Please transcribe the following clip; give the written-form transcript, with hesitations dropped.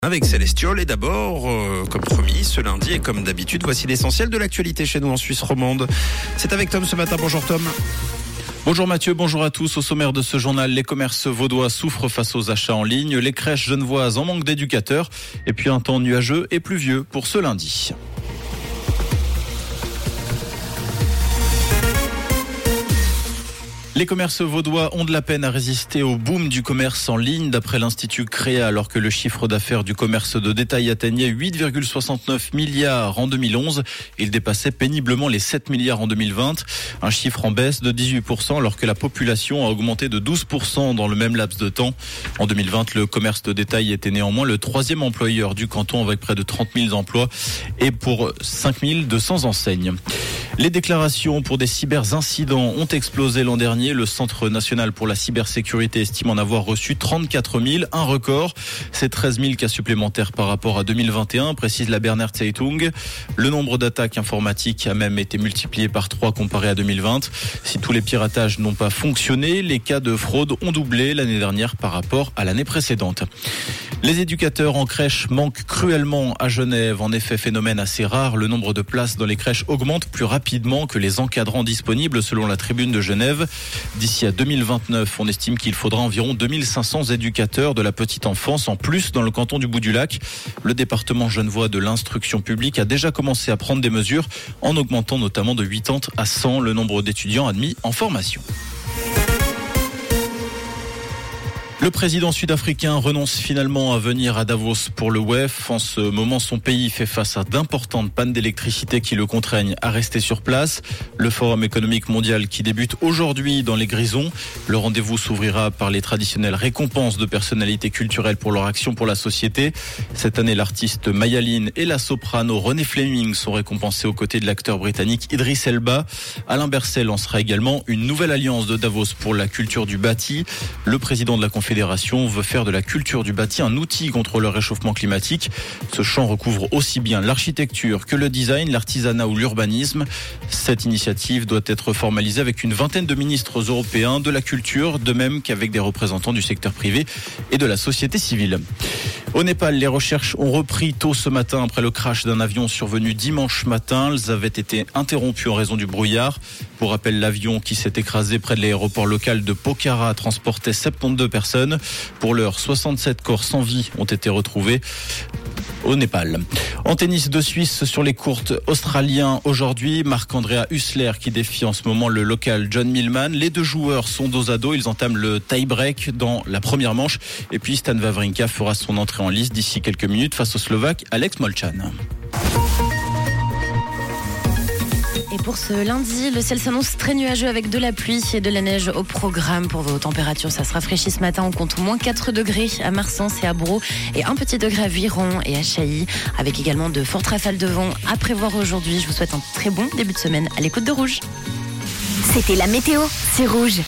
Avec Célestiol et d'abord, comme promis, ce lundi et comme d'habitude, voici l'essentiel de l'actualité chez nous en Suisse romande. C'est avec Tom ce matin. Bonjour Tom. Bonjour Mathieu, bonjour à tous. Au sommaire de ce journal, les commerces vaudois souffrent face aux achats en ligne, les crèches genevoises en manque d'éducateurs et puis un temps nuageux et pluvieux pour ce lundi. Les commerces vaudois ont de la peine à résister au boom du commerce en ligne. D'après l'Institut Créa, alors que le chiffre d'affaires du commerce de détail atteignait 8,69 milliards en 2011, il dépassait péniblement les 7 milliards en 2020. Un chiffre en baisse de 18% alors que la population a augmenté de 12% dans le même laps de temps. En 2020, le commerce de détail était néanmoins le troisième employeur du canton avec près de 30 000 emplois et pour 5 200 enseignes. Les déclarations pour des cyberincidents ont explosé l'an dernier. Le Centre national pour la cybersécurité estime en avoir reçu 34 000, un record. C'est 13 000 cas supplémentaires par rapport à 2021, précise la Berner Zeitung. Le nombre d'attaques informatiques a même été multiplié par 3 comparé à 2020. Si tous les piratages n'ont pas fonctionné, les cas de fraude ont doublé l'année dernière par rapport à l'année précédente. Les éducateurs en crèche manquent cruellement à Genève. En effet, phénomène assez rare, le nombre de places dans les crèches augmente plus rapidement que les encadrants disponibles selon la Tribune de Genève. D'ici à 2029, on estime qu'il faudra environ 2500 éducateurs de la petite enfance en plus dans le canton du Bout-du-Lac. Le département genevois de l'instruction publique a déjà commencé à prendre des mesures en augmentant notamment de 80 à 100 le nombre d'étudiants admis en formation. Le président sud-africain renonce finalement à venir à Davos pour le WEF. En ce moment, son pays fait face à d'importantes pannes d'électricité qui le contraignent à rester sur place. Le Forum économique mondial qui débute aujourd'hui dans les Grisons. Le rendez-vous s'ouvrira par les traditionnelles récompenses de personnalités culturelles pour leur action pour la société. Cette année, l'artiste Maya Lin et la soprano Renée Fleming sont récompensés aux côtés de l'acteur britannique Idriss Elba. Alain Berset lancera également une nouvelle alliance de Davos pour la culture du bâti. Le président de la Confédération veut faire de la culture du bâti un outil contre le réchauffement climatique. Ce champ recouvre aussi bien l'architecture que le design, l'artisanat ou l'urbanisme. Cette initiative doit être formalisée avec une vingtaine de ministres européens de la culture, de même qu'avec des représentants du secteur privé et de la société civile. Au Népal, les recherches ont repris tôt ce matin après le crash d'un avion survenu dimanche matin. Elles avaient été interrompues en raison du brouillard. Pour rappel, l'avion qui s'est écrasé près de l'aéroport local de Pokhara transportait 72 personnes. Pour l'heure, 67 corps sans vie ont été retrouvés au Népal. En tennis de Suisse sur les courts australiens aujourd'hui, Marc-Andrea Hussler qui défie en ce moment le local John Millman. Les deux joueurs sont dos à dos, ils entament le tie-break dans la première manche et puis Stan Wawrinka fera son entrée en lice d'ici quelques minutes face au Slovaque Alex Molchan. Et pour ce lundi, le ciel s'annonce très nuageux avec de la pluie et de la neige au programme. Pour vos températures, ça se rafraîchit ce matin. On compte moins 4 degrés à Marsens et à Braux et un petit degré à Vuiron et à Chailly, avec également de fortes rafales de vent à prévoir aujourd'hui. Je vous souhaite un très bon début de semaine à l'écoute de Rouge. C'était la météo, c'est Rouge.